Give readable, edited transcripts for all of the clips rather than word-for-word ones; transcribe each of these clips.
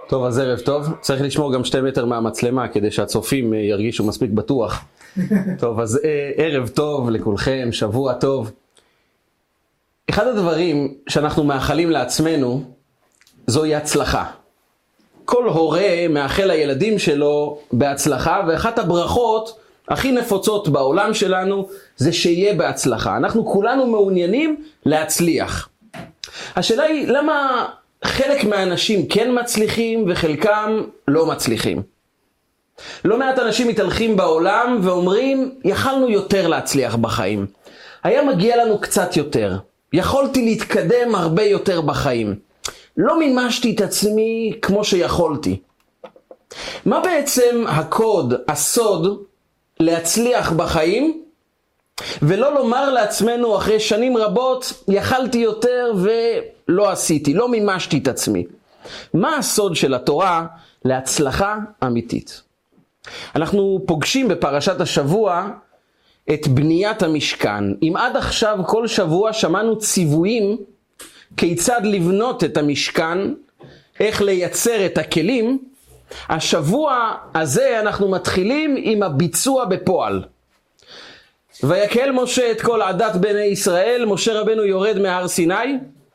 טוב, אז ערב טוב. צריך לשמור גם 2 מטר מהמצלמה כדי שהצופים ירגישו מספיק בטוח. טוב, אז ערב טוב לכולכם, שבוע טוב. אחד הדברים שאנחנו מאחלים לעצמנו זוהי הצלחה. כל הורה מאחל לילדים שלו בהצלחה, ואחת הברכות הכי נפוצות בעולם שלנו זה שיהיה בהצלחה. אנחנו כולנו מעוניינים להצליח. השאלה היא למה חלק מהאנשים כן מצליחים וחלקם לא מצליחים. לא מעט אנשים מתהלכים בעולם ואומרים, יכלנו יותר להצליח בחיים. היה מגיע לנו קצת יותר. יכולתי להתקדם הרבה יותר בחיים. לא מימשתי את עצמי כמו שיכולתי. מה בעצם הקוד, הסוד, להצליח בחיים? ולא לומר לעצמנו אחרי שנים רבות, יכלתי יותר ולא עשיתי, לא מימשתי את עצמי. מה הסוד של התורה להצלחה אמיתית? אנחנו פוגשים בפרשת השבוע את בניית המשכן. אם עד עכשיו כל שבוע שמענו ציוויים כיצד לבנות את המשכן, איך לייצר את הכלים, השבוע הזה אנחנו מתחילים עם הביצוע בפועל. ויקהל משה את כל עדת בני ישראל, משה רבנו יורד מהר סיני,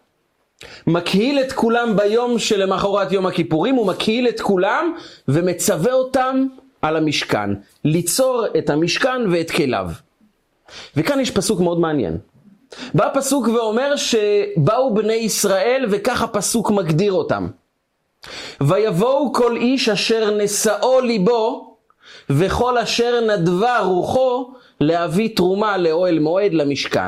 מקהיל את כולם ביום שלמחרת יום הכיפורים, הוא מקהיל את כולם ומצווה אותם על המשכן, ליצור את המשכן ואת כליו. וכאן יש פסוק מאוד מעניין. בא פסוק ואומר שבאו בני ישראל, וכך הפסוק מגדיר אותם. ויבואו כל איש אשר נשאו ליבו, וכל אשר נדבה רוחו, להביא תרומה לאוהל מועד למשכן.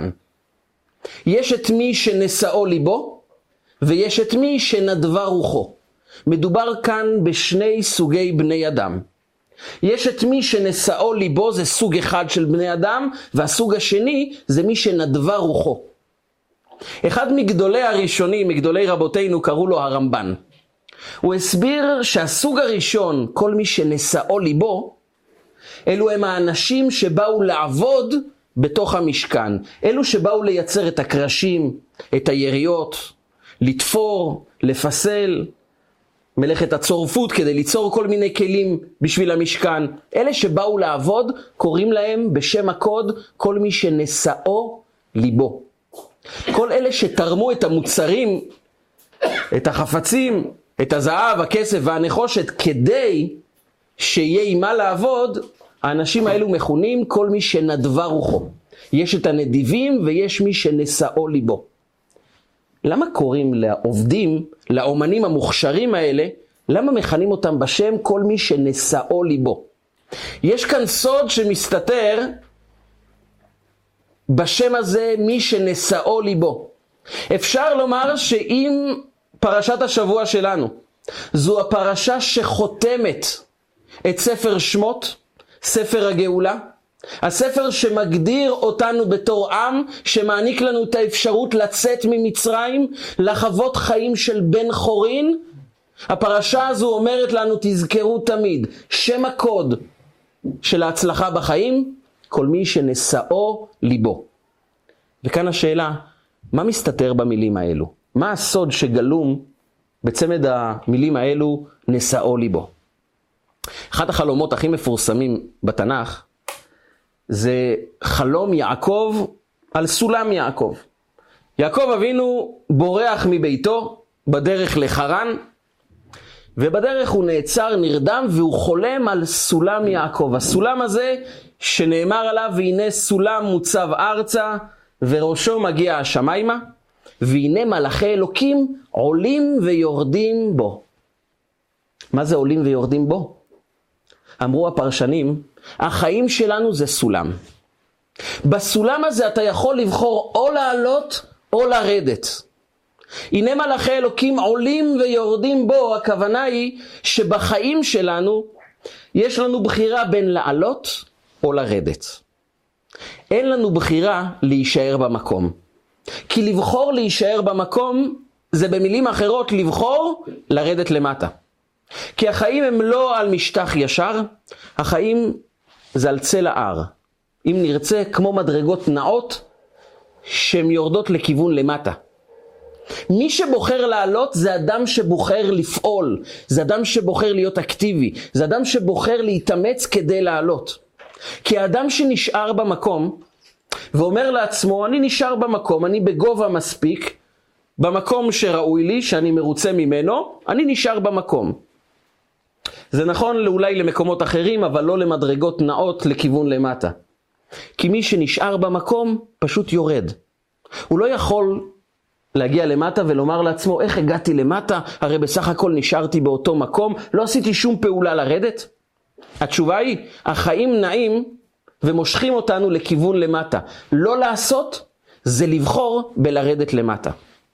יש את מי שנשאו ליבו, ויש את מי שנדבה רוחו. מדובר כאן בשני סוגי בני אדם. יש את מי שנשאו ליבו, זה סוג אחד של בני אדם, והסוג השני זה מי שנדבה רוחו. אחד מגדולי הראשונים, מגדולי רבותינו, קראו לו הרמב"ן. הוא הסביר שהסוג הראשון, כל מי שנשאו ליבו, אלו הם האנשים שבאו לעבוד בתוך המשכן. אלו שבאו לייצר את הקרשים, את היריות, לתפור, לפסל, מלאכת הצורפות כדי ליצור כל מיני כלים בשביל המשכן. אלה שבאו לעבוד קוראים להם בשם הקוד כל מי שנשאו ליבו. כל אלה שתרמו את המוצרים, את החפצים, את הזהב, הכסף והנחושת כדי שיהיה עם מה לעבוד, האנשים האלו מכונים כל מי שנדבה רוחו. יש את הנדיבים ויש מי שנשאו ליבו. למה קוראים לעובדים, לאומנים המוכשרים האלה, למה מכנים אותם בשם כל מי שנשאו ליבו? יש כאן סוד שמסתתר בשם הזה מי שנשאו ליבו. אפשר לומר שאם פרשת השבוע שלנו זו הפרשה שחותמת את ספר שמות, ספר הגאולה, הספר שמגדיר אותנו בתור עם, שמעניק לנו את האפשרות לצאת ממצרים, לחוות חיים של בן חורין. הפרשה הזו אומרת לנו, תזכרו תמיד, שם הקוד של ההצלחה בחיים, כל מי שנשאו ליבו. וכאן השאלה, מה מסתתר במילים האלו? מה הסוד שגלום בצמד המילים האלו, נשאו ליבו? אחד החלומות הכי מפורסמים בתנ"ך, זה חלום יעקב על סולם יעקב. יעקב אבינו בורח מביתו בדרך לחרן, ובדרך הוא נעצר, נרדם, והוא חולם על סולם יעקב. הסולם הזה שנאמר עליו, והנה סולם מוצב ארצה, וראשו מגיע השמיימה, והנה מלאכי אלוקים עולים ויורדים בו. מה זה עולים ויורדים בו? אמרו הפרשנים, החיים שלנו זה סולם. בסולם הזה אתה יכול לבחור או לעלות או לרדת. הנה מלאכי אלוקים עולים ויורדים בו, הכוונה היא שבחיים שלנו יש לנו בחירה בין לעלות או לרדת. אין לנו בחירה להישאר במקום. כי לבחור להישאר במקום זה במילים אחרות לבחור לרדת למטה. כי החיים הם לא על משטח ישר, החיים זה על צל ההר. אם נרצה כמו מדרגות נאות שהן יורדות לכיוון למטה. מי שבוחר לעלות זה אדם שבוחר לפעול, זה אדם שבוחר להיות אקטיבי, זה אדם שבוחר להתאמץ כדי לעלות. כי האדם שנשאר במקום ואומר לעצמו, אני נשאר במקום, אני בגובה מספיק, במקום שראוי לי, שאני מרוצה ממנו, אני נשאר במקום. זה נכון אולי למקומות אחרים, אבל לא למדרגות נאות לכיוון למטה. כי מי שנשאר במקום פשוט יורד. הוא לא יכול להגיע למטה ולומר לעצמו, איך הגעתי למטה? הרי בסך הכל נשארתי באותו מקום, לא עשיתי שום פעולה לרדת. התשובה היא, החיים נעים ומושכים אותנו לכיוון למטה. לא לעשות זה לבחור בלרדת למטה.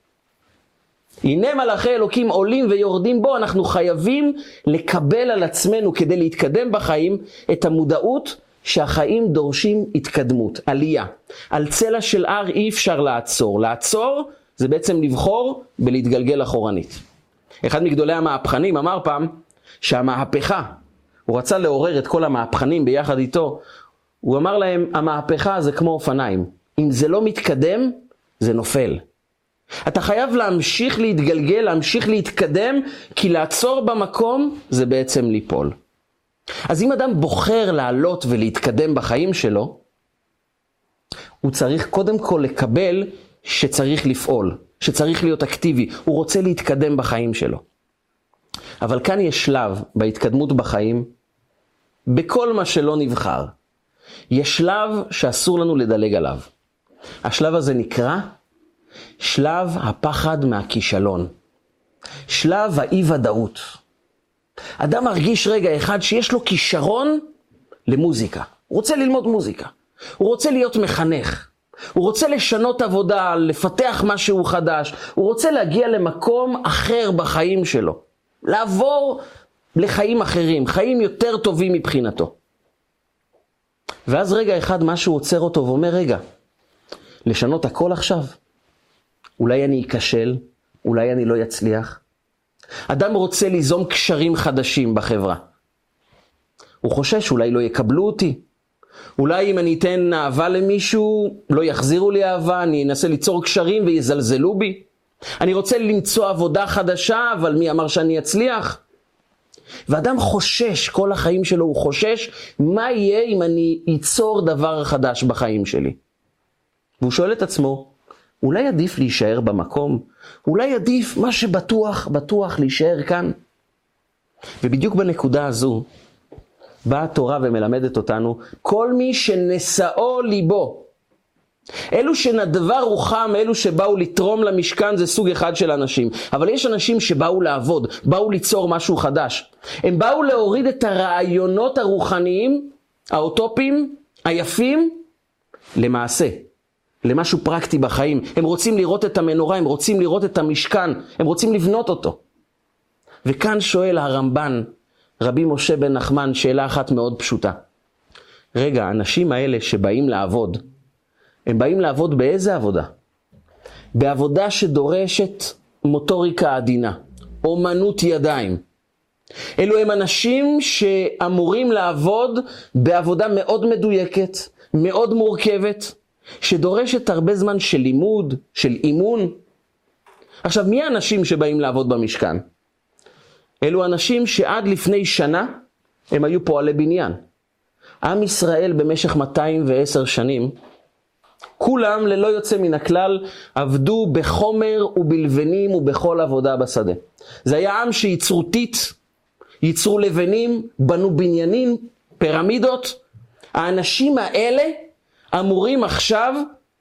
הנה מלאכי אלוקים עולים ויורדים בו, אנחנו חייבים לקבל על עצמנו כדי להתקדם בחיים את המודעות שהחיים דורשים התקדמות, עלייה. על צלע של הר אי אפשר לעצור. לעצור זה בעצם לבחור בלהתגלגל אחורנית. אחד מגדולי המהפכנים אמר פעם שהמהפכה, הוא רצה לעורר את כל המהפכנים ביחד איתו, הוא אמר להם, המהפכה זה כמו אופניים. אם זה לא מתקדם, זה נופל. אתה חייב להמשיך להתגלגל, להמשיך להתקדם, כי לעצור במקום זה בעצם ליפול. אז אם אדם בוחר לעלות ולהתקדם בחיים שלו, הוא צריך קודם כל לקבל שצריך לפעול, שצריך להיות אקטיבי, הוא רוצה להתקדם בחיים שלו. אבל כאן יש שלב בהתקדמות בחיים, בכל מה שלא נבחר. יש שלב שאסור לנו לדלג עליו. השלב הזה נקרא שלב הפחד מהכישלון. שלב האי-ודאות. אדם מרגיש רגע אחד שיש לו כישרון למוזיקה. הוא רוצה ללמוד מוזיקה. הוא רוצה להיות מחנך. הוא רוצה לשנות עבודה, לפתח משהו חדש. הוא רוצה להגיע למקום אחר בחיים שלו. לעבור לחיים אחרים, חיים יותר טובים מבחינתו. ואז רגע אחד משהו עוצר אותו ואומר, רגע, לשנות הכל עכשיו? אולי אני אכשל, אולי אני לא יצליח. אדם רוצה ליזום קשרים חדשים בחברה. הוא חושש שאולי לא יקבלו אותי. אולי אם אני אתן אהבה למישהו, לא יחזירו לי אהבה, אני אנסה ליצור קשרים ויזלזלו בי. אני רוצה למצוא עבודה חדשה, אבל מי אמר שאני אצליח? ואדם חושש, כל החיים שלו הוא חושש, מה יהיה אם אני ייצור דבר חדש בחיים שלי? והוא שואל את עצמו, אולי עדיף להישאר במקום? אולי עדיף מה שבטוח, בטוח להישאר כאן? ובדיוק בנקודה הזו, באה התורה ומלמדת אותנו, כל מי שנשאו ליבו, אלו שנדבה רוחם, אלו שבאו לתרום למשכן, זה סוג אחד של אנשים. אבל יש אנשים שבאו לעבוד, באו ליצור משהו חדש. הם באו להוריד את הרעיונות הרוחניים, האוטופיים, היפים, למעשה. למשהו פרקטי בחיים. הם רוצים לראות את המנורה, הם רוצים לראות את המשכן, הם רוצים לבנות אותו. וכאן שואל הרמב"ן, רבי משה בן נחמן, שאלה אחת מאוד פשוטה. רגע, האנשים האלה שבאים לעבוד, הם באים לעבוד באיזה עבודה? בעבודה שדורשת מוטוריקה עדינה, אומנות ידיים. אלו הם אנשים שאמורים לעבוד בעבודה מאוד מדויקת, מאוד מורכבת, שדורשת הרבה זמן של לימוד, של אימון. עכשיו, מי האנשים שבאים לעבוד במשכן? אלו אנשים שעד לפני שנה הם היו פועלי בניין. עם ישראל במשך 210 שנים, כולם ללא יוצא מן הכלל עבדו בחומר ובלבנים ובכל עבודה בשדה. זה היה עם שייצרו טיט, ייצרו לבנים, בנו בניינים, פירמידות. האנשים האלה אמורים עכשיו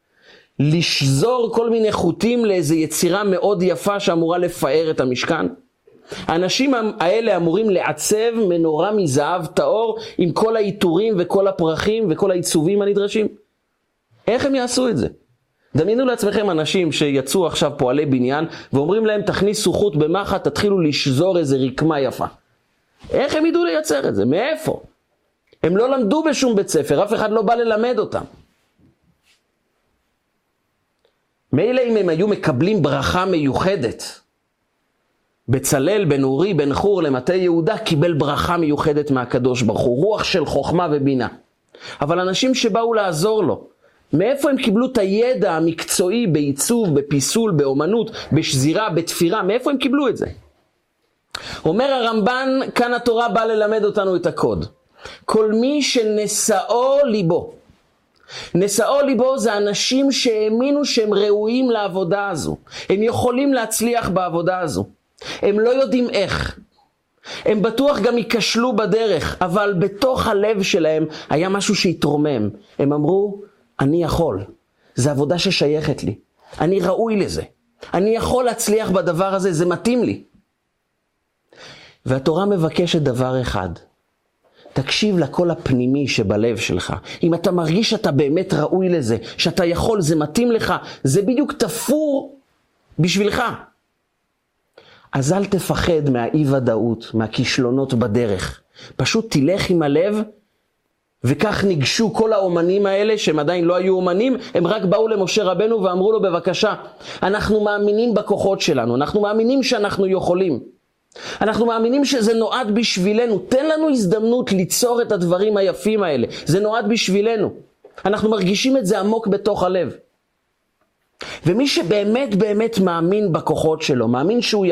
לשזור כל מיני חוטים לאיזו יצירה מאוד יפה שאמורה לפאר את המשכן. האנשים האלה אמורים לעצב מנורה מזהב טהור עם כל העיטורים וכל הפרחים וכל העיצובים הנדרשים. איך הם יעשו את זה? דמיינו לעצמכם אנשים שיצאו עכשיו פועלי בניין ואומרים להם תכניסו חוט במחט, תתחילו לשזור איזה רקמה יפה. איך הם ידעו לייצר את זה? מאיפה? הם לא למדו בשום בית ספר, אף אחד לא בא ללמד אותם. מילא אם הם היו מקבלים ברכה מיוחדת. בצלאל בן אורי בן חור למטה יהודה קיבל ברכה מיוחדת מהקדוש ברוך הוא, רוח של חוכמה ובינה. אבל אנשים שבאו לעזור לו, מאיפה הם קיבלו את הידע המקצועי בעיצוב, בפיסול, באומנות, בשזירה, בתפירה? מאיפה הם קיבלו את זה? אומר הרמב"ן, כאן התורה באה ללמד אותנו את הקוד. כל מי שנשאו ליבו. נשאו ליבו זה אנשים שהאמינו שהם ראויים לעבודה הזו. הם יכולים להצליח בעבודה הזו. הם לא יודעים איך. הם בטוח גם ייכשלו בדרך, אבל בתוך הלב שלהם היה משהו שהתרומם. הם אמרו, אני יכול. זה עבודה ששייכת לי. אני ראוי לזה. אני יכול להצליח בדבר הזה, זה מתאים לי. והתורה מבקשת דבר אחד. תקשיב לקול הפנימי שבלב שלך. אם אתה מרגיש שאתה באמת ראוי לזה, שאתה יכול, זה מתאים לך, זה בדיוק תפור בשבילך. אז אל תפחד מהאי ודאות, מהכישלונות בדרך. פשוט תלך עם הלב, וכך ניגשו כל האומנים האלה, שהם עדיין לא היו אומנים, הם רק באו למשה רבנו ואמרו לו, בבקשה, אנחנו מאמינים בכוחות שלנו, אנחנו מאמינים שאנחנו יכולים. אנחנו מאמינים שזה נועד בשבילנו, תן לנו הזדמנות ליצור את הדברים היפים האלה, זה נועד בשבילנו. אנחנו מרגישים את זה עמוק בתוך הלב. ומי שבאמת באמת מאמין בכוחות שלו, מאמין שהוא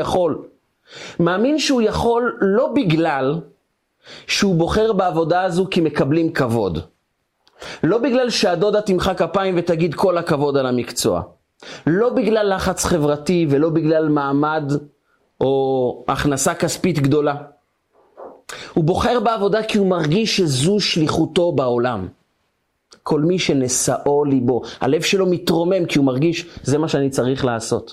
יכול לא בגלל שהוא בוחר בעבודה הזו כי מקבלים כבוד. לא בגלל שהדודה תמחא כפיים ותגיד כל הכבוד על המקצוע. לא בגלל לחץ חברתי ולא בגלל מעמד או הכנסה כספית גדולה. הוא בוחר בעבודה כי הוא מרגיש שזו שליחותו בעולם. כל מי שנשאו ליבו, הלב שלו מתרומם כי הוא מרגיש, זה מה שאני צריך לעשות.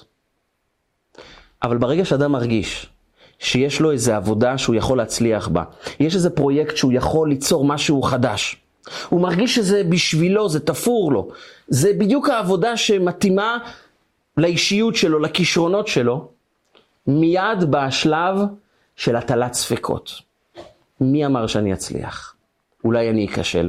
אבל ברגע שאדם מרגיש שיש לו איזו עבודה שהוא יכול להצליח בה, יש איזה פרויקט שהוא יכול ליצור משהו חדש, הוא מרגיש שזה בשבילו, זה תפור לו, זה בדיוק העבודה שמתאימה לאישיות שלו, לכישרונות שלו, מיד בשלב של הטלת ספקות. מי אמר שאני אצליח? אולי אני אכשל?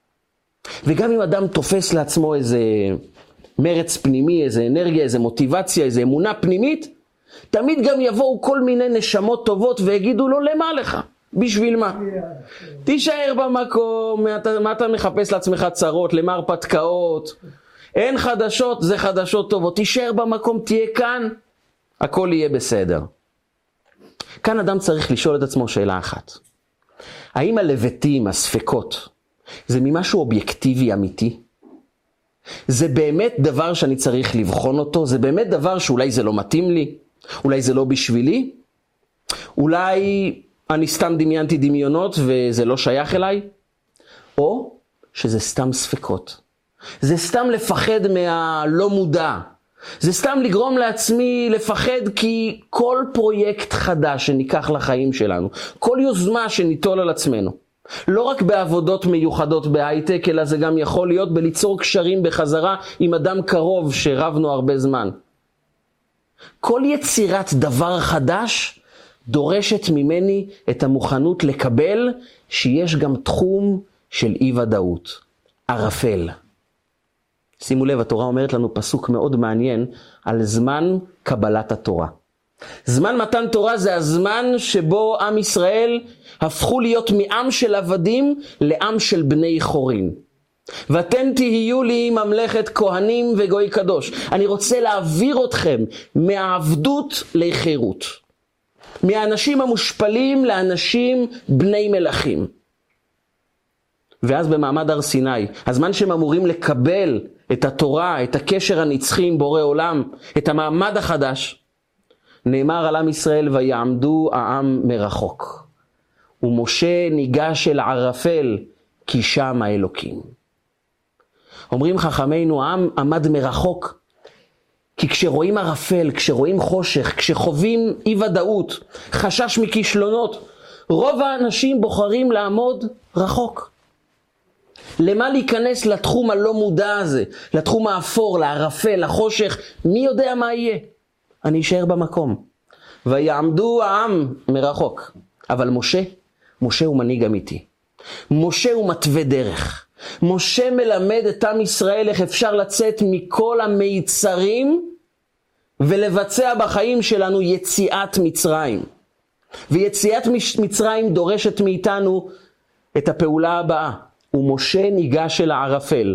וגם אם אדם תופס לעצמו איזה מרץ פנימי, איזה אנרגיה, איזה מוטיבציה, איזה אמונה פנימית, תמיד גם יבואו כל מיני נשמות טובות ויגידו לו, למה לך? בשביל מה? תישאר במקום, מה אתה מחפש לעצמך צרות, למה הרפתקאות? אין חדשות, זה חדשות טובות. תישאר במקום, תהיה כאן, הכל יהיה בסדר. כאן אדם צריך לשאול את עצמו שאלה אחת. האם הלבטים, הספקות, זה ממשהו אובייקטיבי אמיתי? זה באמת דבר שאני צריך לבחון אותו? זה באמת דבר שאולי זה לא מתאים לי? אולי זה לא בשבילי? אולי אני סתם דמיינתי דמיונות וזה לא שייך אליי? או שזה סתם ספקות. זה סתם לפחד מהלא מודע. זה סתם לגרום לעצמי לפחד כי כל פרויקט חדש שניקח לחיים שלנו, כל יוזמה שניטול על עצמנו, לא רק בעבודות מיוחדות בהייטק, אלא זה גם יכול להיות בליצור קשרים בחזרה עם אדם קרוב שרבנו הרבה זמן. כל יצירת דבר חדש דורשת ממני את המוכנות לקבל שיש גם תחום של אי ודאות, ערפל. שימו לב, התורה אומרת לנו פסוק מאוד מעניין על זמן קבלת התורה. זמן מתן תורה זה הזמן שבו עם ישראל הפכו להיות מעם של עבדים לעם של בני חורין. ואתם תהיו לי ממלכת כהנים וגוי קדוש. אני רוצה להעביר אתכם מהעבדות לחירות. מהאנשים המושפלים לאנשים בני מלכים. ואז במעמד הר סיני, הזמן שהם אמורים לקבל את התורה, את הקשר הנצחי עם בורא עולם, את המעמד החדש, נאמר על עם ישראל, ויעמדו העם מרחוק. ומשה ניגש אל ערפל, כי שם האלוקים. אומרים חכמינו, העם עמד מרחוק, כי כשרואים ערפל, כשרואים חושך, כשחווים אי ודאות, חשש מכישלונות, רוב האנשים בוחרים לעמוד רחוק. למה להיכנס לתחום הלא מודע הזה, לתחום האפור, לערפל, לחושך, מי יודע מה יהיה? אני אשאר במקום. ויעמדו העם מרחוק. אבל משה הוא מנהיג אמיתי. משה הוא מתווה דרך. משה מלמד את עם ישראל איך אפשר לצאת מכל המיצרים ולבצע בחיים שלנו יציאת מצרים. ויציאת מצרים דורשת מאיתנו את הפעולה הבאה. ומשה ניגש אל הערפל,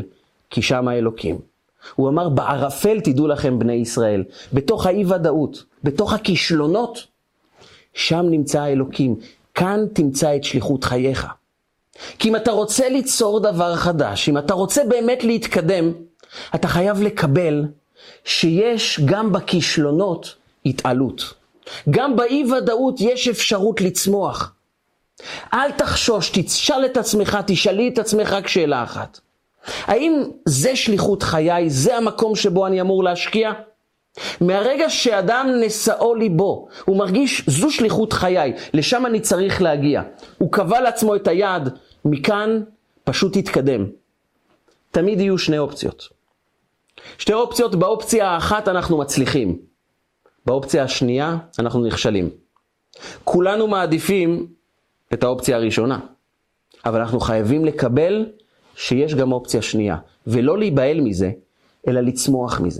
כי שם האלוקים. הוא אמר, בערפל תדעו לכם בני ישראל, בתוך האי ודאות, בתוך הכישלונות, שם נמצא האלוקים, כאן תמצא את שליחות חייך. כי אם אתה רוצה ליצור דבר חדש, אם אתה רוצה באמת להתקדם, אתה חייב לקבל שיש גם בכישלונות התעלות. גם באי ודאות יש אפשרות לצמוח. אל תחשוש, תשאל את עצמך, תשאלי את עצמך רק שאלה אחת. האם זה שליחות חיי, זה המקום שבו אני אמור להשקיע? מהרגע שאדם נשאו ליבו, הוא מרגיש זו שליחות חיי, לשם אני צריך להגיע. הוא קבע לעצמו את היעד, מכאן פשוט יתקדם. תמיד יהיו שני אופציות. שתי אופציות, באופציה האחת אנחנו מצליחים. באופציה השנייה אנחנו נכשלים. כולנו מעדיפים את האופציה הראשונה. אבל אנחנו חייבים לקבל שיש גם אופציה שנייה. ולא להיבהל מזה, אלא לצמוח מזה.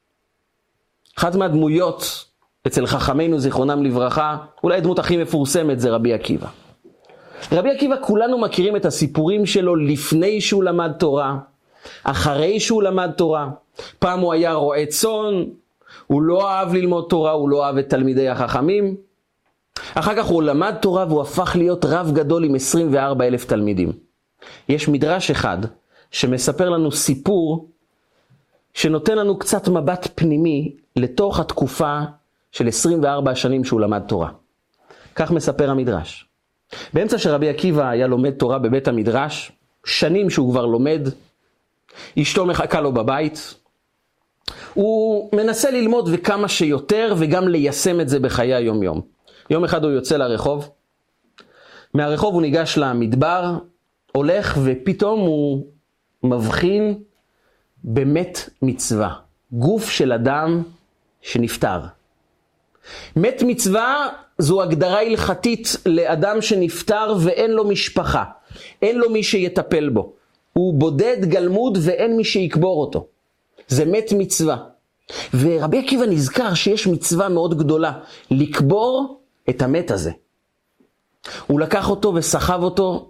אחת מהדמויות אצל חכמינו זיכרונם לברכה, אולי הדמות הכי מפורסמת זה רבי עקיבא. רבי עקיבא, כולנו מכירים את הסיפורים שלו לפני שהוא למד תורה, אחרי שהוא למד תורה. פעם הוא היה רועה צאן, הוא לא אהב ללמוד תורה, הוא לא אהב את תלמידי החכמים. אחר כך הוא למד תורה והוא הפך להיות רב גדול עם 24,000 תלמידים. יש מדרש אחד שמספר לנו סיפור שנותן לנו קצת מבט פנימי לתוך התקופה של 24 השנים שהוא למד תורה. כך מספר המדרש. באמצע שרבי עקיבא היה לומד תורה בבית המדרש, שנים שהוא כבר לומד, אשתו מחכה לו בבית, הוא מנסה ללמוד וכמה שיותר וגם ליישם את זה בחיי היום יום. יום אחד הוא יוצא לרחוב, מהרחוב הוא ניגש למדבר, הולך ופתאום הוא מבחין במת מצווה, גוף של אדם שנפטר. מת מצווה זו הגדרה הלכתית לאדם שנפטר ואין לו משפחה, אין לו מי שיטפל בו. הוא בודד גלמוד ואין מי שיקבור אותו. זה מת מצווה. ורבי עקיבא נזכר שיש מצווה מאוד גדולה, לקבור את המת הזה. הוא לקח אותו וסחב אותו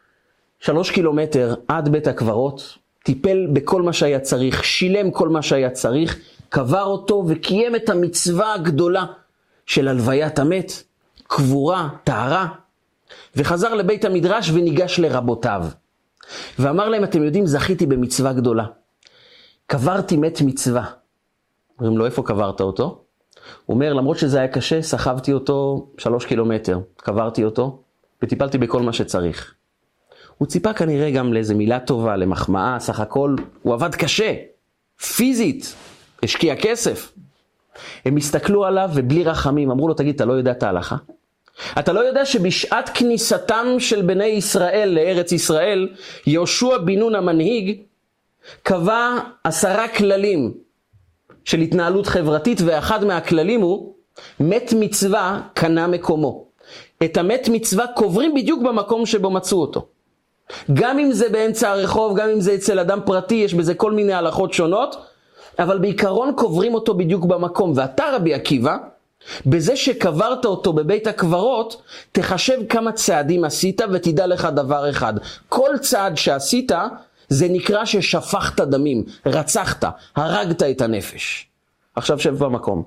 3 קילומטר עד בית הקברות, טיפל בכל מה שהיה צריך, שילם כל מה שהיה צריך, קבר אותו וקיים את המצווה הגדולה של הלוויית המת, קבורה, טהרה, וחזר לבית המדרש וניגש לרבותיו. ואמר להם, אתם יודעים, זכיתי במצווה גדולה. קברתי מת מצווה. אומרים לו, איפה קברת אותו? הוא אומר, למרות שזה היה קשה, סחבתי אותו 3 קילומטר, קברתי אותו וטיפלתי בכל מה שצריך. הוא ציפה כנראה גם לאיזה מילה טובה, למחמאה, סך הכל, הוא עבד קשה, פיזית, השקיע כסף. הם הסתכלו עליו ובלי רחמים, אמרו לו, תגיד, אתה לא יודע את ההלכה? אתה לא יודע שבשעת כניסתם של בני ישראל לארץ ישראל, יהושע בן נון המנהיג, קבע 10 כללים של התנהלות חברתית, ואחד מהכללים הוא, מת מצווה קנה מקומו. את המת מצווה קוברים בדיוק במקום שבו מצאו אותו. גם אם זה באמצע הרחוב, גם אם זה אצל אדם פרטי, יש בזה כל מיני הלכות שונות, אבל בעיקרון קוברים אותו בדיוק במקום. ואתה רבי עקיבא, בזה שקברת אותו בבית הקברות, תחשב כמה צעדים עשית ותדע לך דבר אחד. כל צעד שעשית, זה נקרא ששפכת דמים, רצחת, הרגת את הנפש. עכשיו שב במקום.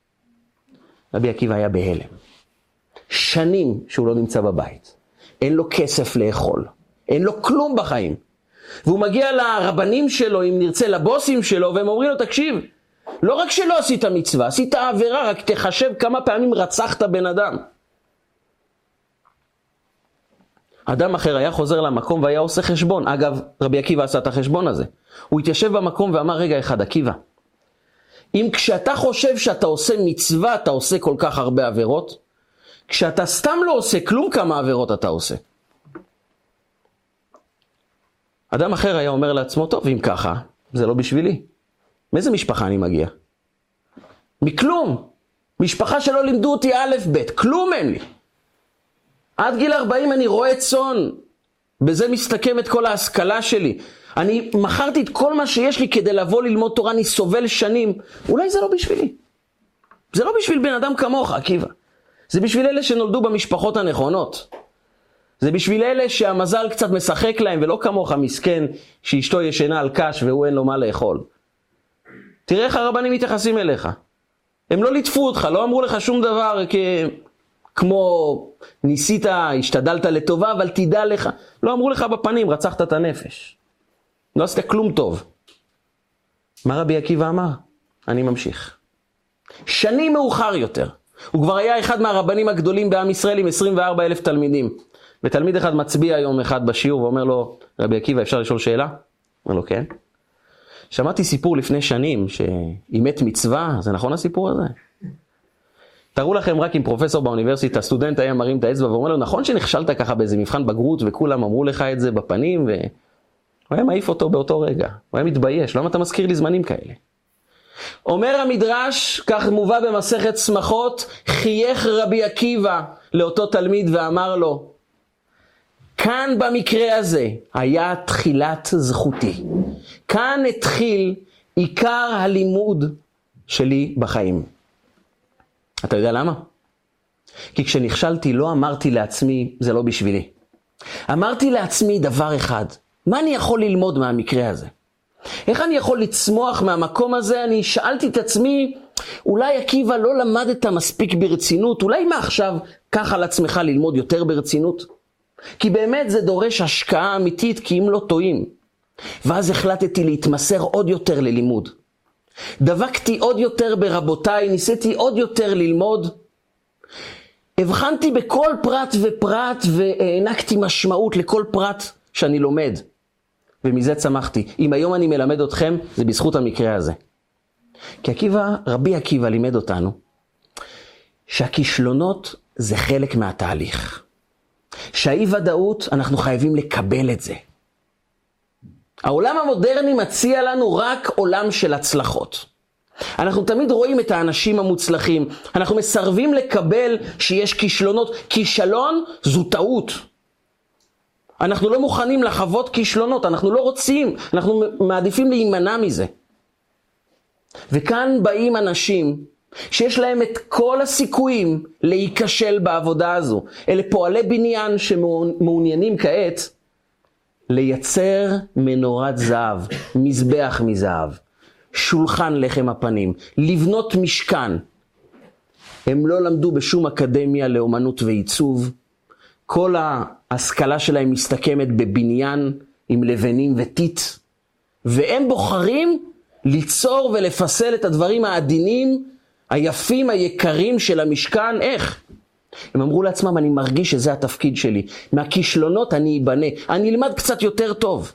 רבי עקיבא היה בהלם. שנים שהוא לא נמצא בבית. אין לו כסף לאכול. אין לו כלום בחיים. והוא מגיע לרבנים שלו, אם נרצה לבוסים שלו, והם אומרים לו, תקשיב, לא רק שלא עשית מצווה, עשית עבירה, רק תחשב כמה פעמים רצחת בן אדם. אדם אחר היה חוזר למקום והיה עושה חשבון. אגב, רבי עקיבא עשה את החשבון הזה. הוא התיישב במקום ואמר, רגע אחד, עקיבא, אם כשאתה חושב שאתה עושה מצווה, אתה עושה כל כך הרבה עבירות, כשאתה סתם לא עושה כלום, כמה עבירות אתה עושה. אדם אחר היה אומר לעצמו, טוב, אם ככה, זה לא בשבילי. מאיזה משפחה אני מגיע? מכלום. משפחה שלא לימדו אותי א' ב', כלום אין לי. עד גיל 40 אני רואה צאן, בזה מסתכם את כל ההשכלה שלי. אני מכרתי את כל מה שיש לי כדי לבוא ללמוד תורה, אני סובל שנים. אולי זה לא בשבילי. זה לא בשביל בן אדם כמוך, עקיבא. זה בשביל אלה שנולדו במשפחות הנכונות. זה בשביל אלה שהמזל קצת משחק להם, ולא כמוך מסכן שאשתו ישנה על קש והוא אין לו מה לאכול. תראה איך הרבנים מתייחסים אליך. הם לא ליטפו אותך, לא אמרו לך שום דבר כמו ניסית, השתדלת לטובה, אבל תדע לך. לא אמרו לך בפנים, רצחת את הנפש. לא עשית כלום טוב. מה רבי עקיבא אמר? אני ממשיך. שנים מאוחר יותר. הוא כבר היה אחד מהרבנים הגדולים בעם ישראל עם 24,000 תלמידים. ותלמיד אחד מצביע יום אחד בשיעור ואומר לו, רבי עקיבא, אפשר לשאול שאלה? אומר לו, כן. שמעתי סיפור לפני שנים שאימת מצווה, זה נכון הסיפור הזה? תראו לכם רק עם פרופסור באוניברסיטה, סטודנט היה מרים את האצבע ואומר לו, נכון שנכשלת ככה באיזה מבחן בגרות וכולם אמרו לך את זה בפנים, והוא היה מעיף אותו באותו רגע, הוא היה מתבייש, למה אתה מזכיר לי זמנים כאלה? אומר המדרש, כך מובא במסכת שמחות, חייך רבי עקיבא לאותו תלמיד ואמר לו, כאן במקרה הזה היה תחילת זכותי. כאן התחיל עיקר הלימוד שלי בחיים. אתה יודע למה? כי כשנכשלתי לא אמרתי לעצמי, זה לא בשבילי. אמרתי לעצמי דבר אחד, מה אני יכול ללמוד מהמקרה הזה? איך אני יכול לצמוח מהמקום הזה? אני שאלתי את עצמי, אולי עקיבא לא למדת מספיק ברצינות, אולי מה עכשיו קח על עצמך ללמוד יותר ברצינות? כי באמת זה דורש השקעה אמיתית, כי אם לא טועים. ואז החלטתי להתמסר עוד יותר ללימוד. דבקתי עוד יותר ברבותיי, ניסיתי עוד יותר ללמוד. הבחנתי בכל פרט ופרט והענקתי משמעות לכל פרט שאני לומד. ומזה צמחתי. אם היום אני מלמד אתכם, זה בזכות המקרה הזה. כי רבי עקיבא לימד אותנו שהכישלונות זה חלק מהתהליך. שהאי ודאות, אנחנו חייבים לקבל את זה. העולם המודרני מציע לנו רק עולם של הצלחות. אנחנו תמיד רואים את האנשים המוצלחים. אנחנו מסרבים לקבל שיש כישלונות. כישלון זו טעות. אנחנו לא מוכנים לחוות כישלונות. אנחנו לא רוצים. אנחנו מעדיפים להימנע מזה. וכאן באים אנשים שיש להם את כל הסיכויים להיכשל בעבודה הזו. אלה פועלי בניין שמעוניינים כעת לייצר מנורת זהב, מזבח מזהב, שולחן לחם הפנים, לבנות משכן. הם לא למדו בשום אקדמיה לאומנות ועיצוב. כל ההשכלה שלהם מסתכמת בבניין עם לבנים וטיט. והם בוחרים ליצור ולפסל את הדברים העדינים, היפים, היקרים של המשכן. איך? הם אמרו לעצמם, אני מרגיש שזה התפקיד שלי. מהכישלונות אני אבנה. אני אלמד קצת יותר טוב.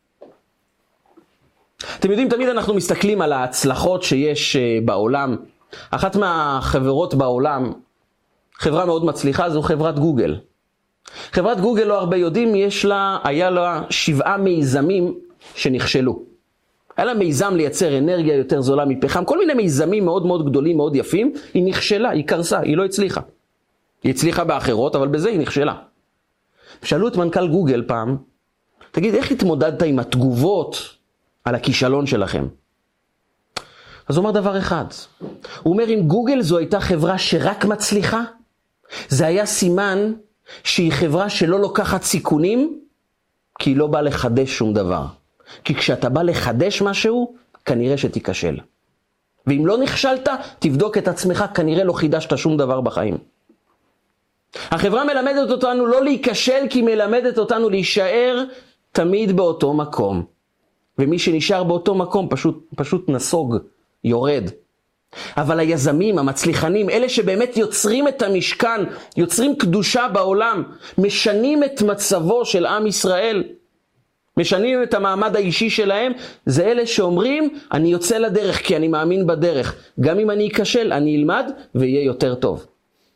אתם יודעים, תמיד אנחנו מסתכלים על ההצלחות שיש בעולם. אחת מהחברות בעולם, חברה מאוד מצליחה, זו חברת גוגל. חברת גוגל, לא הרבה יודעים, היה לה 7 מיזמים שנכשלו. היה לה מיזם לייצר אנרגיה יותר זולה מפחם, כל מיני מיזמים מאוד מאוד גדולים, מאוד יפים. היא נכשלה, היא קרסה, היא לא הצליחה. היא הצליחה באחרות, אבל בזה היא נכשלה. שאלו את מנכ"ל גוגל פעם, תגיד, איך התמודדת עם התגובות על הכישלון שלכם? אז הוא אומר דבר אחד. הוא אומר, אם גוגל זו הייתה חברה שרק מצליחה, זה היה סימן שהיא חברה שלא לוקחת סיכונים, כי היא לא באה לחדש שום דבר. כי כשאתה בא לחדש משהו, כנראה שתיכשל. ואם לא נכשלת, תבדוק את עצמך, כנראה לא חידשת שום דבר בחיים. החברה מלמדת אותנו לא להיכשל, כי היא מלמדת אותנו להישאר תמיד באותו מקום. ומי שנשאר באותו מקום פשוט נסוג, יורד. אבל היזמים, המצליחנים, אלה שבאמת יוצרים את המשכן, יוצרים קדושה בעולם, משנים את מצבו של עם ישראל, משנים את המעמד האישי שלהם, זה אלה שאומרים, אני יוצא לדרך כי אני מאמין בדרך. גם אם אני אכשל, אני אלמד ויהיה יותר טוב.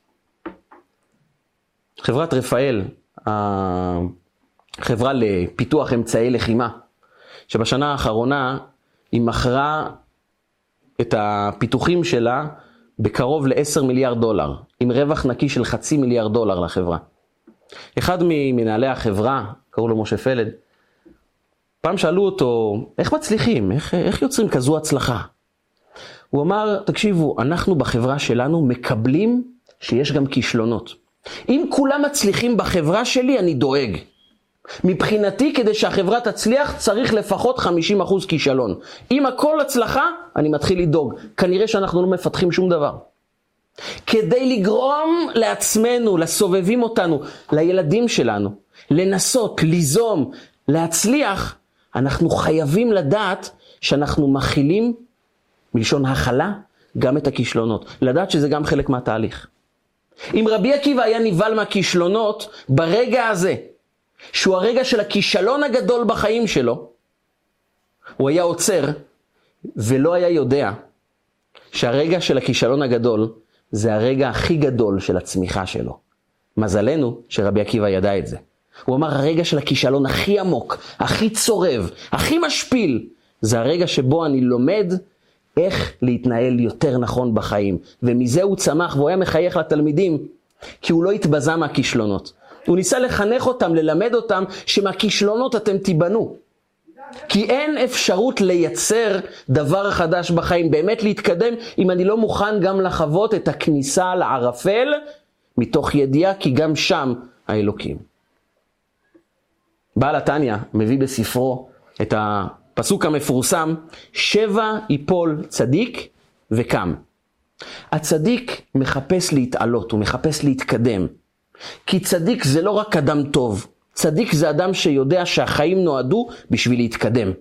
חברת רפאל, החברה לפיתוח אמצעי לחימה, שבשנה האחרונה היא מכרה את הפיתוחים שלה בקרוב ל$10 מיליארד, עם רווח נקי של $0.5 מיליארד לחברה. אחד ממנהלי החברה, קראו לו משה פלד, פעם שאלו אותו, איך מצליחים? איך יוצרים כזו הצלחה? הוא אמר, תקשיבו, אנחנו בחברה שלנו מקבלים שיש גם כישלונות. אם כולם מצליחים בחברה שלי, אני דואג. מבחינתי, כדי שהחברה תצליח, צריך לפחות 50% כישלון. אם הכל הצלחה, אני מתחיל לדאוג. כנראה שאנחנו לא מפתחים שום דבר. כדי לגרום לעצמנו, לסובבים אותנו, לילדים שלנו, לנסות, ליזום, להצליח, אנחנו חייבים לדעת שאנחנו מכילים, מלשון הכלה, גם את הכישלונות. לדעת שזה גם חלק מהתהליך. אם רבי עקיבא היה נבהל מהכישלונות, ברגע הזה, שהוא הרגע של הכישלון הגדול בחיים שלו, הוא היה עוצר, ולא היה יודע שהרגע של הכישלון הגדול, זה הרגע הכי גדול של הצמיחה שלו. מזלנו שרבי עקיבא ידע את זה. הוא אמר, הרגע של הכישלון הכי עמוק, הכי צורב, הכי משפיל, זה הרגע שבו אני לומד איך להתנהל יותר נכון בחיים. ומזה הוא צמח, והוא היה מחייך לתלמידים, כי הוא לא התבזה מהכישלונות. הוא ניסה לחנך אותם, ללמד אותם, שמהכישלונות אתם תיבנו. כי אין אפשרות לייצר דבר חדש בחיים, באמת להתקדם, אם אני לא מוכן גם לחוות את הכניסה לערפל, מתוך ידיעה, כי גם שם האלוקים. בעל התניא מביא בספרו את הפסוק המפורסם, 7 יפול צדיק וקם. הצדיק מחפש להתעלות, הוא מחפש להתקדם. כי צדיק זה לא רק אדם טוב, צדיק זה אדם שיודע שהחיים נועדו בשביל להתקדם.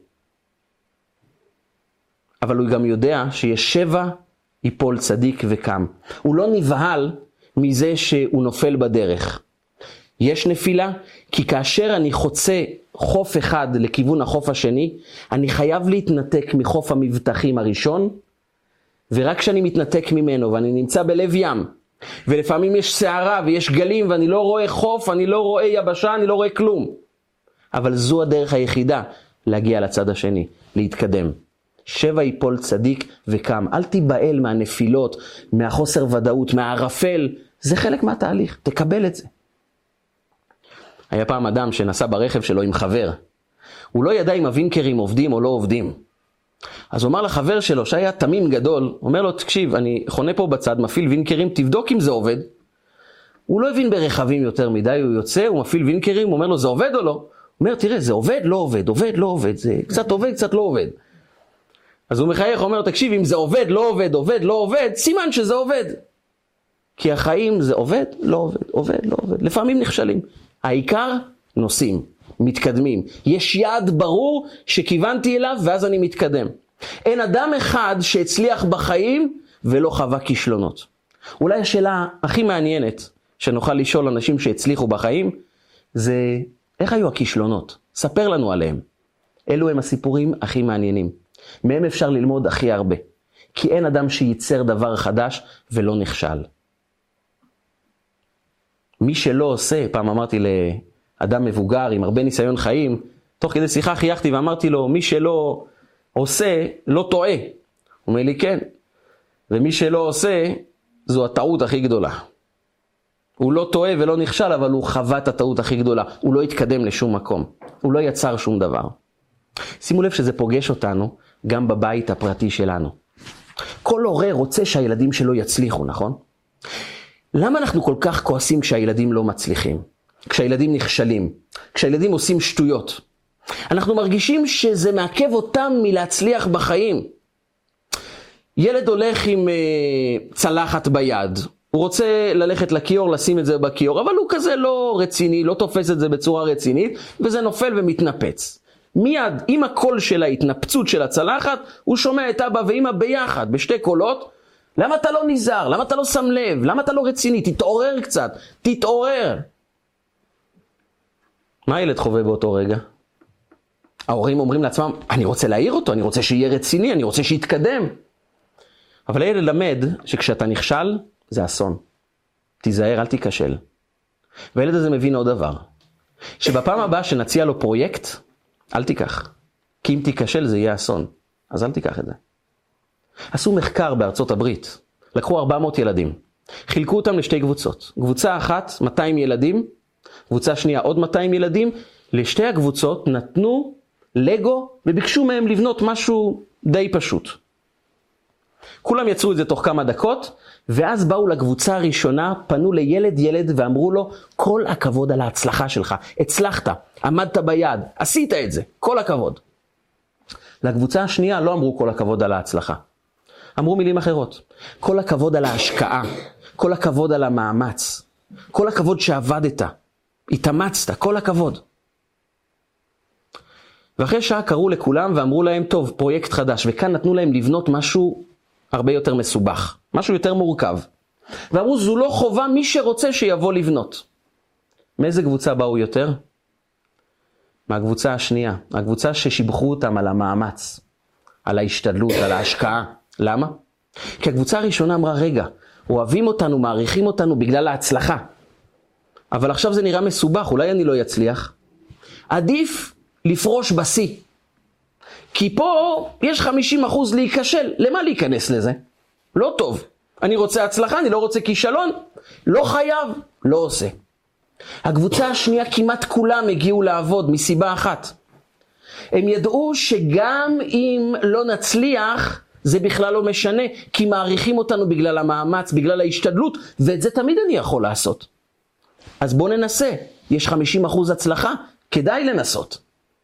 אבל הוא גם יודע שיש 7 יפול צדיק וקם. הוא לא נבהל מזה שהוא נופל בדרך. יש נפילה, כי כאשר אני חוצה חוף אחד לכיוון החוף השני, אני חייב להתנתק מחוף המבטחים הראשון, ורק כשאני מתנתק ממנו ואני נמצא בלב ים, ולפעמים יש שערה ויש גלים ואני לא רואה חוף, אני לא רואה יבשה, אני לא רואה כלום. אבל זו הדרך היחידה להגיע לצד השני, להתקדם. 7 יפול צדיק וקם. אל תיבהל מהנפילות, מהחוסר ודאות, מהערפל. זה חלק מהתהליך, תקבל את זה. היה פעם אדם שנסע ברכב שלו עם חבר. הוא לא ידע אם הווינקרים עובדים או לא עובדים. אז הוא אמר לחבר שלו, שהיה תמים גדול, אומר לו, תקשיב, אני חונה פה בצד, מפעיל וינקרים, תבדוק אם זה עובד. הוא לא הבין ברכבים יותר מדי, הוא יוצא, הוא מפעיל וינקרים, הוא אומר לו, זה עובד או לא? הוא אומר, תראה, זה עובד, לא עובד, עובד, לא עובד, זה קצת עובד, קצת לא עובד. אז הוא מחייך, אומר לו, תקשיב, אם זה עובד, לא עובד, עובד, לא עובד, סימן שזה עובד. כי החיים זה עובד, לא עובד, עובד, לא עובד. לפעמים נכשלים. העיקר, נוסעים, מתקדמים. יש יעד ברור שכיוונתי אליו, ואז אני מתקדם. אין אדם אחד שהצליח בחיים ולא חווה כישלונות. אולי השאלה הכי מעניינת שנוכל לשאול אנשים שהצליחו בחיים, זה איך היו הכישלונות? ספר לנו עליהם. אלו הם הסיפורים הכי מעניינים. מהם אפשר ללמוד הכי הרבה. כי אין אדם שייצר דבר חדש ולא נכשל. מי שלא עושה, פעם אמרתי לאדם מבוגר עם הרבה ניסיון חיים, תוך כדי שיחה חייכתי ואמרתי לו, מי שלא עושה לא טועה. הוא אומר לי כן. ומי שלא עושה, זו הטעות הכי גדולה. הוא לא טועה ולא נכשל, אבל הוא חווה את הטעות הכי גדולה. הוא לא התקדם לשום מקום. הוא לא יצר שום דבר. שימו לב שזה פוגש אותנו גם בבית הפרטי שלנו. כל הורה רוצה שהילדים שלו יצליחו, נכון? למה אנחנו כל כך כועסים כשהילדים לא מצליחים? כשהילדים נכשלים? כשהילדים עושים שטויות? אנחנו מרגישים שזה מעכב אותם מלהצליח בחיים. ילד הולך עם צלחת ביד. הוא רוצה ללכת לכיור, לשים את זה בכיור, אבל הוא כזה לא רציני, לא תופס את זה בצורה רצינית, וזה נופל ומתנפץ. מיד, עם הקול של ההתנפצות של הצלחת, הוא שומע את אבא ואמא ביחד, בשתי קולות. למה אתה לא נזהר? למה אתה לא שם לב? למה אתה לא רציני? תתעורר קצת, תתעורר. מה הילד חווה באותו רגע? ההורים אומרים לעצמם, אני רוצה להעיר אותו, אני רוצה שיהיה רציני, אני רוצה שיתקדם. אבל הילד למד שכשאתה נכשל, זה אסון. תיזהר, אל תיכשל. והילד הזה מבין עוד דבר. שבפעם הבאה שנציע לו פרויקט, אל תיקח. כי אם תיכשל זה יהיה אסון. אז אל תיקח את זה. עשו מחקר בארצות הברית. לקחו 400 ילדים. חילקו אותם לשתי קבוצות. קבוצה אחת, 200 ילדים. קבוצה שנייה, עוד 200 ילדים. לשתי הקבוצות נתנו לגו וביקשו מהם לבנות משהו די פשוט. כולם יצרו את זה תוך כמה דקות, ואז באו לקבוצה הראשונה, פנו לילד ואמרו לו, כל הכבוד על ההצלחה שלך, הצלחת, עמדת ביד, עשית את זה, כל הכבוד. לקבוצה השנייה לא אמרו כל הכבוד על ההצלחה. אמרו מילים אחרות, כל הכבוד על ההשקעה, כל הכבוד על המאמץ, כל הכבוד שעבדת, התאמצת, כל הכבוד. ואחרי שעה קראו לכולם ואמרו להם, טוב, פרויקט חדש, וכאן נתנו להם לבנות משהו הרבה יותר מסובך, משהו יותר מורכב. ואמרו, זו לא חובה, מי שרוצה שיבוא לבנות. מאיזה קבוצה באו יותר? מהקבוצה השנייה, הקבוצה ששיבחו אותם על המאמץ, על ההשתדלות, על ההשקעה. למה? כי הקבוצה הראשונה אמרה, רגע, אוהבים אותנו, מעריכים אותנו בגלל ההצלחה. אבל עכשיו זה נראה מסובך, אולי אני לא אצליח. עדיף לפרוש בשיא. כי פה יש 50% להיכשל. למה להיכנס לזה? לא טוב. אני רוצה הצלחה, אני לא רוצה כישלון. לא חייב, לא עושה. הקבוצה השנייה כמעט כולם הגיעו לעבוד מסיבה אחת. הם ידעו שגם אם לא נצליח, זה בכלל לא משנה, כי מעריכים אותנו בגלל המאמץ, בגלל ההשתדלות, ואת זה תמיד אני יכול לעשות. אז בוא ננסה. יש 50% הצלחה, כדאי לנסות.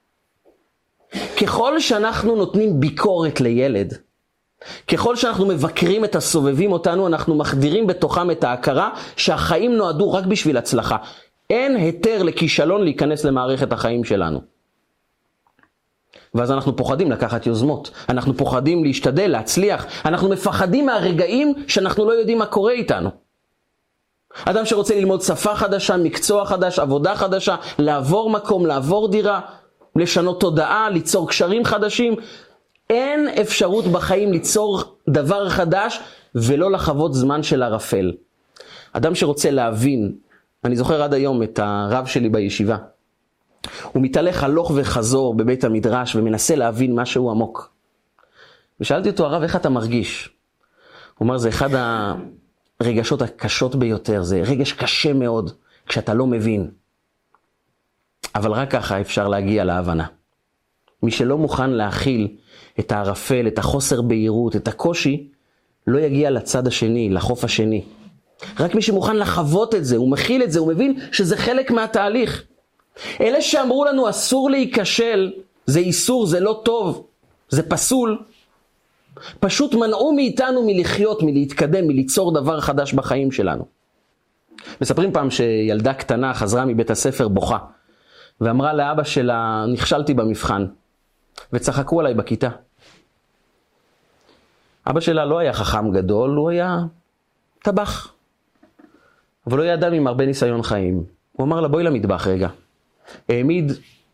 ככל שאנחנו נותנים ביקורת לילד, ככל שאנחנו מבקרים את הסובבים אותנו, אנחנו מחדירים בתוכם את ההכרה שהחיים נועדו רק בשביל הצלחה. אין היתר לכישלון להיכנס למערכת החיים שלנו. ואז אנחנו פוחדים לקחת יוזמות, אנחנו פוחדים להשתדל, להצליח, אנחנו מפחדים מהרגעים שאנחנו לא יודעים מה קורה איתנו. אדם שרוצה ללמוד שפה חדשה, מקצוע חדש, עבודה חדשה, לעבור מקום, לעבור דירה, לשנות תודעה, ליצור קשרים חדשים, אין אפשרות בחיים ליצור דבר חדש ולא לחוות זמן של ערפל. אדם שרוצה להבין, אני זוכר עד היום את הרב שלי בישיבה, הוא מתהלך הלוך וחזור בבית המדרש ומנסה להבין משהו עמוק. ושאלתי אותו, הרב, איך אתה מרגיש? הוא אומר, זה אחד הרגשות הקשות ביותר, זה רגש קשה מאוד כשאתה לא מבין. אבל רק ככה אפשר להגיע להבנה. מי שלא מוכן להכיל את הערפל, את החוסר בהירות, את הקושי, לא יגיע לצד השני, לחוף השני. רק מי שמוכן לחוות את זה, הוא מכיל את זה, הוא מבין שזה חלק מהתהליך. אלה שאמרו לנו אסור להיכשל, זה איסור, זה לא טוב, זה פסול. פשוט מנעו מאיתנו מלחיות, מלהתקדם, מליצור דבר חדש בחיים שלנו. מספרים פעם שילדה קטנה חזרה מבית הספר בוכה, ואמרה לאבא שלה, נכשלתי במבחן, וצחקו עליי בכיתה. אבא שלה לא היה חכם גדול, הוא היה טבח. אבל הוא היה אדם עם הרבה ניסיון חיים. הוא אמר לה, בואי למטבח רגע. העמיד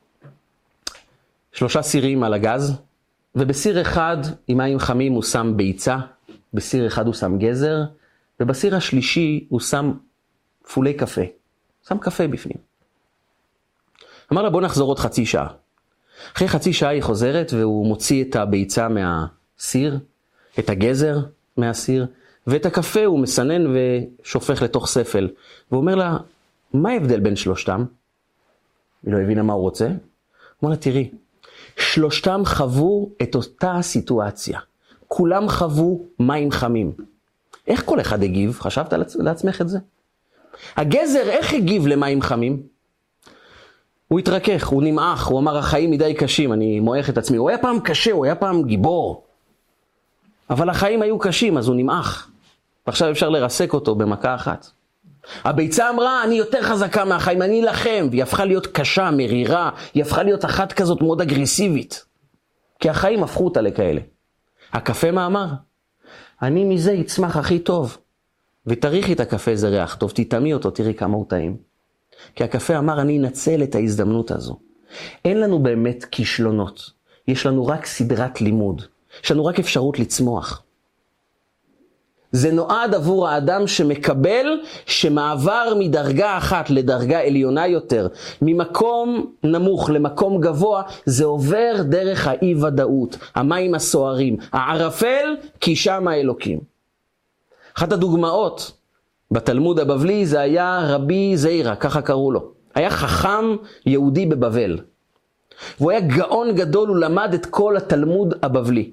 3 סירים על הגז, ובסיר אחד עם מים חמים הוא שם ביצה, בסיר אחד הוא שם גזר, ובסיר השלישי הוא שם פולי קפה. שם קפה בפנים. אמר לה, בוא נחזור עוד חצי שעה. אחרי חצי שעה היא חוזרת, והוא מוציא את הביצה מהסיר, את הגזר מהסיר, ואת הקפה הוא מסנן ושופך לתוך ספל. והוא אומר לה, מה ההבדל בין שלושתם? היא לא הבינה מה הוא רוצה. הוא אומר לה, תראי, שלושתם חוו את אותה הסיטואציה. כולם חוו מים חמים. איך כל אחד הגיב? חשבת לעצמך את זה? הגזר איך הגיב למים חמים? הוא התרכך, הוא נמעך, הוא אמר, החיים מדי קשים, אני מועך את עצמי. הוא היה פעם קשה, הוא היה פעם גיבור. אבל החיים היו קשים, אז הוא נמעך. ועכשיו אפשר לרסק אותו במכה אחת. הביצה אמרה, אני יותר חזקה מהחיים, אני אלחם, והיא הפכה להיות קשה, מרירה, היא הפכה להיות אחת כזאת מאוד אגרסיבית. כי החיים הפכו אותה לכאלה. הקפה מה אמר? אני מזה יצמח הכי טוב. ותריחי את הקפה, זה ריח טוב, תטעמי אותו, תראי כמה הוא טעים. כי הקפה אמר, אני אנצל את ההזדמנות הזו. אין לנו באמת כישלונות. יש לנו רק סדרת לימוד. יש לנו רק אפשרות לצמוח. זה נועד עבור האדם שמקבל שמעבר מדרגה אחת לדרגה עליונה יותר, ממקום נמוך למקום גבוה, זה עובר דרך האי ודאות, המים הסוערים, הערפל, כי שם האלוקים. אחת הדוגמאות בתלמוד הבבלי זה היה רבי זעירא, ככה קראו לו. היה חכם יהודי בבבל. והוא היה גאון גדול, הוא למד את כל התלמוד הבבלי.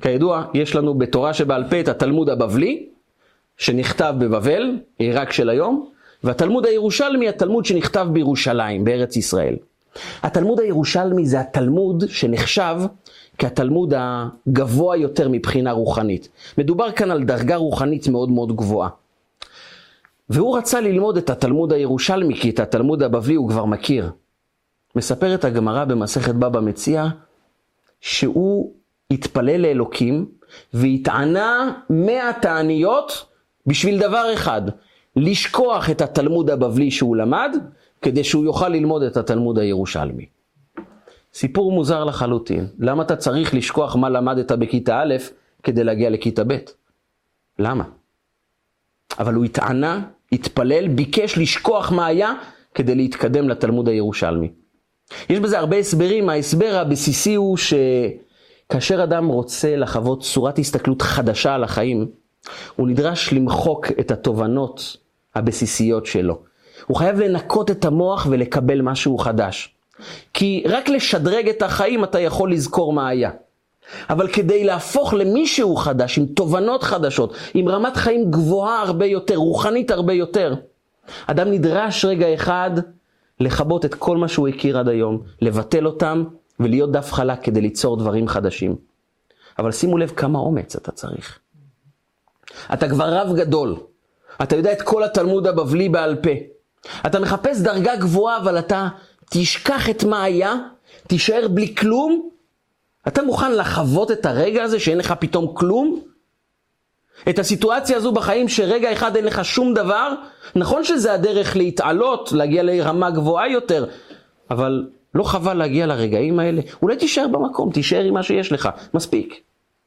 כידוע, יש לנו בתורה שבעל פה את התלמוד הבבלי, שנכתב בבבל, עיראק של היום, והתלמוד הירושלמי, התלמוד שנכתב בירושלים, בארץ ישראל. התלמוד הירושלמי זה התלמוד שנחשב כתלמוד הגבוה יותר מבחינה רוחנית. מדובר כאן על דרגה רוחנית מאוד מאוד גבוהה. והוא רצה ללמוד את התלמוד הירושלמי, כי את התלמוד הבבלי הוא כבר מכיר. מספרת הגמרא במסכת בבא מציעא, שהוא התפלל לאלוקים, והתענה 100 תעניות בשביל דבר אחד, לשכוח את התלמוד הבבלי שהוא למד, כדי שהוא יוכל ללמוד את התלמוד הירושלמי. סיפור מוזר לחלוטין. למה אתה צריך לשכוח מה למדת בכיתה א' כדי להגיע לכיתה ב'? למה? אבל הוא התענה, התפלל, ביקש לשכוח מה היה כדי להתקדם לתלמוד הירושלמי. יש בזה הרבה הסברים. ההסבר הבסיסי הוא שכאשר אדם רוצה לחוות צורת הסתכלות חדשה על החיים, הוא נדרש למחוק את התובנות הבסיסיות שלו. הוא חייב לנקות את המוח ולקבל משהו חדש. כי רק לשדרג את החיים אתה יכול לזכור מה היה. אבל כדי להפוך למישהו חדש, עם תובנות חדשות, עם רמת חיים גבוהה הרבה יותר, רוחנית הרבה יותר, אדם נדרש רגע אחד לחבות את כל מה שהוא הכיר עד היום, לבטל אותם ולהיות דף חלק כדי ליצור דברים חדשים. אבל שימו לב כמה אומץ אתה צריך. אתה כבר רב גדול. אתה יודע את כל התלמוד הבבלי בעל פה. אתה מחפש דרגה גבוהה, אבל אתה תשכח את מה היה, תישאר בלי כלום. אתה מוכן לחוות את הרגע הזה שאין לך פתאום כלום? את הסיטואציה הזו בחיים שרגע אחד אין לך שום דבר? נכון שזה הדרך להתעלות, להגיע לרמה גבוהה יותר, אבל לא חבל להגיע לרגעים האלה? אולי תישאר במקום, תישאר עם מה שיש לך, מספיק.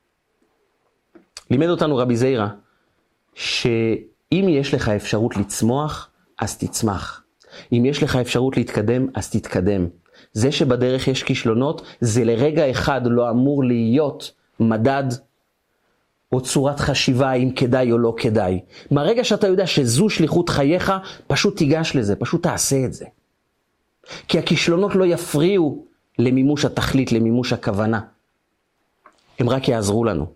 לימד אותנו רבי זיירה, שאם יש לך אפשרות לצמוח, אז תצמח. אם יש לך אפשרות להתקדם, אז תתקדם. זה שבדרך יש כישלונות, זה לרגע אחד לא אמור להיות מדד או צורת חשיבה אם כדאי או לא כדאי. מהרגע שאתה יודע שזו שליחות חייך, פשוט תיגש לזה, פשוט תעשה את זה. כי הכישלונות לא יפריעו למימוש התכלית, למימוש הכוונה. הם רק יעזרו לנו.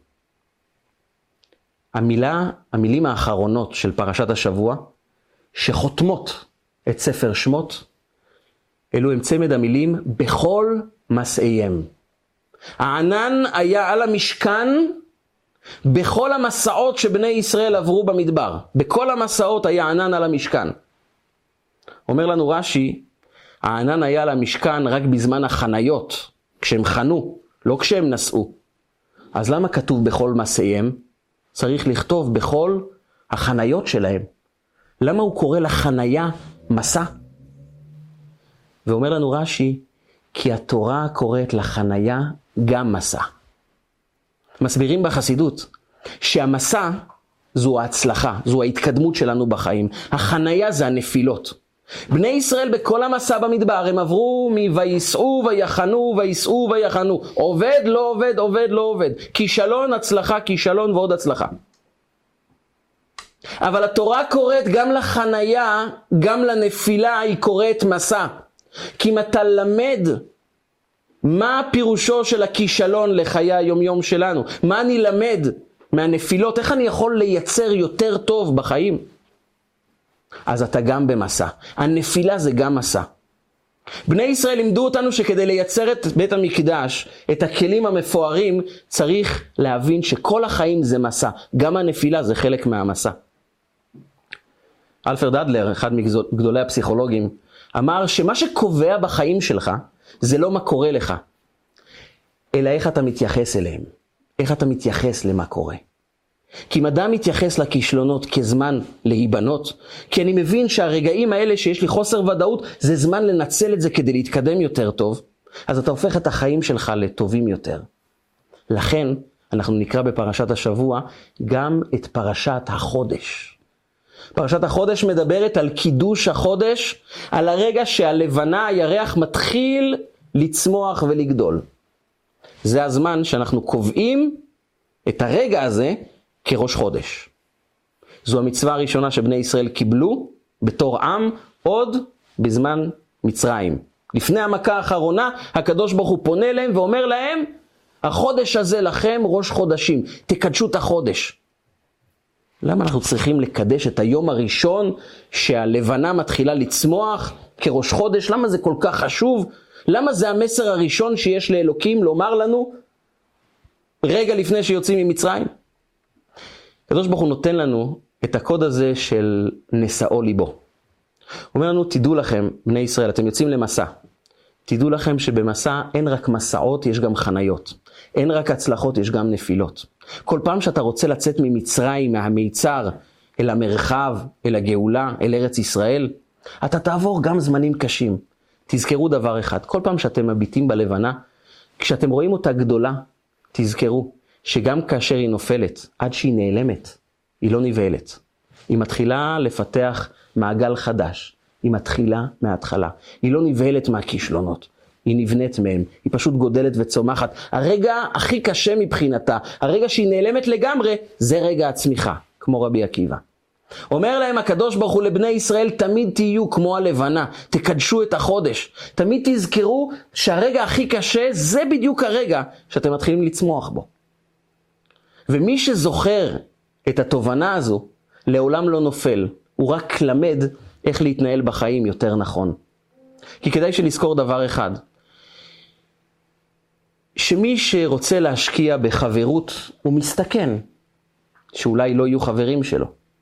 המילים האחרונות של פרשת השבוע, שחותמות את ספר שמות, אלו הם צמד המילים בכל מסעיהם. הענן היה על המשכן בכל המסעות שבני ישראל עברו במדבר. בכל המסעות היה ענן על המשכן. אומר לנו רש"י, הענן היה על המשכן רק בזמן החניות, כשהם חנו, לא כשהם נסעו. אז למה כתוב בכל מסעיהם? צריך לכתוב בכל החניות שלהם. למה הוא קורא לחניה מסע? ואומר לנו רש"י, כי התורה קוראת לחניה גם מסע. מסבירים בחסידות שהמסע זו ההצלחה, זו ההתקדמות שלנו בחיים. החניה זה הנפילות. בני ישראל בכל המסע במדבר הם עברו מויסעו ויחנו ויסעו ויחנו. עובד לא עובד, עובד לא עובד. כישלון, הצלחה, כישלון ועוד הצלחה. אבל התורה קוראת גם לחניה, גם לנפילה היא קוראת מסע. כי אם אתה למד מה פירושו של הכישלון לחיי היומיום שלנו, מה אני למד מהנפילות, איך אני יכול לייצר יותר טוב בחיים, אז אתה גם במסע. הנפילה זה גם מסע. בני ישראל לימדו אותנו שכדי לייצר את בית המקדש, את הכלים המפוארים, צריך להבין שכל החיים זה מסע. גם הנפילה זה חלק מהמסע. אלפרד אדלר, אחד מגדולי הפסיכולוגים, אמר שמה שקובע בחיים שלך, זה לא מה קורה לך, אלא איך אתה מתייחס אליהם. איך אתה מתייחס למה קורה. כי אם אדם מתייחס לכישלונות כזמן להיבנות, כי אני מבין שהרגעים האלה שיש לי חוסר ודאות, זה זמן לנצל את זה כדי להתקדם יותר טוב, אז אתה הופך את החיים שלך לטובים יותר. לכן, אנחנו נקרא בפרשת השבוע גם את פרשת החודש. פרשת החודש מדברת על קידוש החודש, על הרגע שהלבנה, הירח מתחיל לצמוח ולגדול. זה הזמן שאנחנו קובעים את הרגע הזה כראש חודש. זו המצווה הראשונה שבני ישראל קיבלו בתור עם עוד בזמן מצרים. לפני המכה האחרונה, הקדוש ברוך הוא פונה להם ואומר להם, החודש הזה לכם ראש חודשים, תקדשו את החודש. למה אנחנו צריכים לקדש את היום הראשון שהלבנה מתחילה לצמוח כראש חודש? למה זה כל כך חשוב? למה זה המסר הראשון שיש לאלוקים לומר לנו רגע לפני שיוצאים ממצרים? הקדוש ברוך הוא נותן לנו את הקוד הזה של נשאו ליבו. הוא אומר לנו, תדעו לכם, בני ישראל, אתם יוצאים למסע. תדעו לכם שבמסע אין רק מסעות, יש גם חניות. אין רק הצלחות, יש גם נפילות. כל פעם שאתה רוצה לצאת ממצרים, מהמיצר, אל המרחב, אל הגאולה, אל ארץ ישראל, אתה תעבור גם זמנים קשים. תזכרו דבר אחד, כל פעם שאתם מביטים בלבנה, כשאתם רואים אותה גדולה, תזכרו שגם כאשר היא נופלת, עד שהיא נעלמת, היא לא נבהלת. היא מתחילה לפתח מעגל חדש. היא מתחילה מההתחלה. היא לא נבהלת מהכישלונות. היא נבנית מהם. היא פשוט גודלת וצומחת. הרגע הכי קשה מבחינתה, הרגע שהיא נעלמת לגמרי, זה רגע הצמיחה, כמו רבי עקיבא. אומר להם הקדוש ברוך הוא לבני ישראל, תמיד תהיו כמו הלבנה, תקדשו את החודש. תמיד תזכרו שהרגע הכי קשה, זה בדיוק הרגע שאתם מתחילים לצמוח בו. ומי שזוכר את התובנה הזו, לעולם לא נופל. הוא רק למד איך להתנהל בחיים יותר נכון. כי כדאי שנזכור דבר אחד, שמי שרוצה להשקיע בחברות, הוא מסתכן שאולי לא יהיו חברים שלו.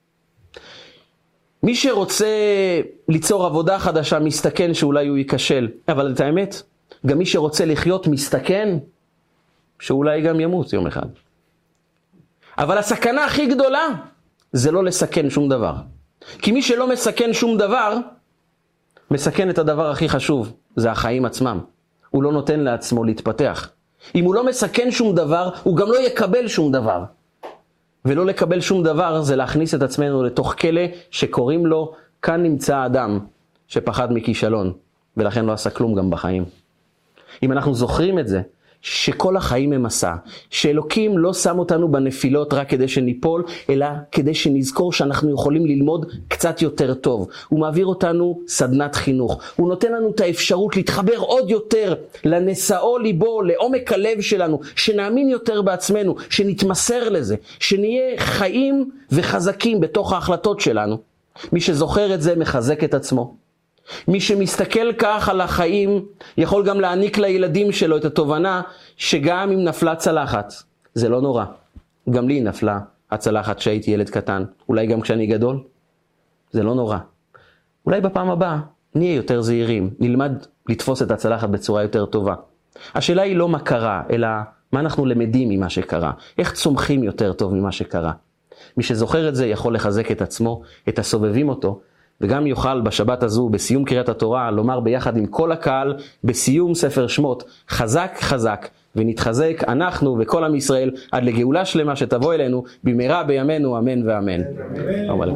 מי שרוצה ליצור עבודה חדשה, מסתכן שאולי הוא ייכשל. אבל את האמת, גם מי שרוצה לחיות מסתכן שאולי גם ימות יום אחד. אבל הסכנה הכי גדולה זה לא לסכן שום דבר. כי מי שלא מסכן שום דבר, מסכן את הדבר הכי חשוב, זה החיים עצמם. הוא לא נותן לעצמו להתפתח. אם הוא לא מסכן שום דבר, הוא גם לא יקבל שום דבר. ולא לקבל שום דבר זה להכניס את עצמנו לתוך כלא שקוראים לו, כאן נמצא האדם שפחד מכישלון, ולכן לא עשה כלום גם בחיים. אם אנחנו זוכרים את זה, שכל החיים הם מסע, שאלוקים לא שם אותנו בנפילות רק כדי שניפול, אלא כדי שנזכור שאנחנו יכולים ללמוד קצת יותר טוב. הוא מעביר אותנו סדנת חינוך. הוא נותן לנו את האפשרות להתחבר עוד יותר לנשאו ליבו, לעומק הלב שלנו, שנאמין יותר בעצמנו, שנתמסר לזה, שנהיה חיים וחזקים בתוך ההחלטות שלנו. מי שזוכר את זה מחזק את עצמו. מי שמסתכל כך על החיים יכול גם להעניק לילדים שלו את התובנה שגם אם נפלה צלחת, זה לא נורא. גם לי נפלה הצלחת שהייתי ילד קטן, אולי גם כשאני גדול, זה לא נורא. אולי בפעם הבאה נהיה יותר זהירים, נלמד לתפוס את הצלחת בצורה יותר טובה. השאלה היא לא מה קרה, אלא מה אנחנו למדים ממה שקרה, איך צומחים יותר טוב ממה שקרה. מי שזוכר את זה יכול לחזק את עצמו, את הסובבים אותו, וגם יוכל בשבת הזו, בסיום קריאת התורה, לומר ביחד עם כל הקהל, בסיום ספר שמות, חזק חזק, ונתחזק אנחנו וכל עם ישראל, עד לגאולה שלמה שתבוא אלינו, במהרה בימינו, אמן ואמן. אמן.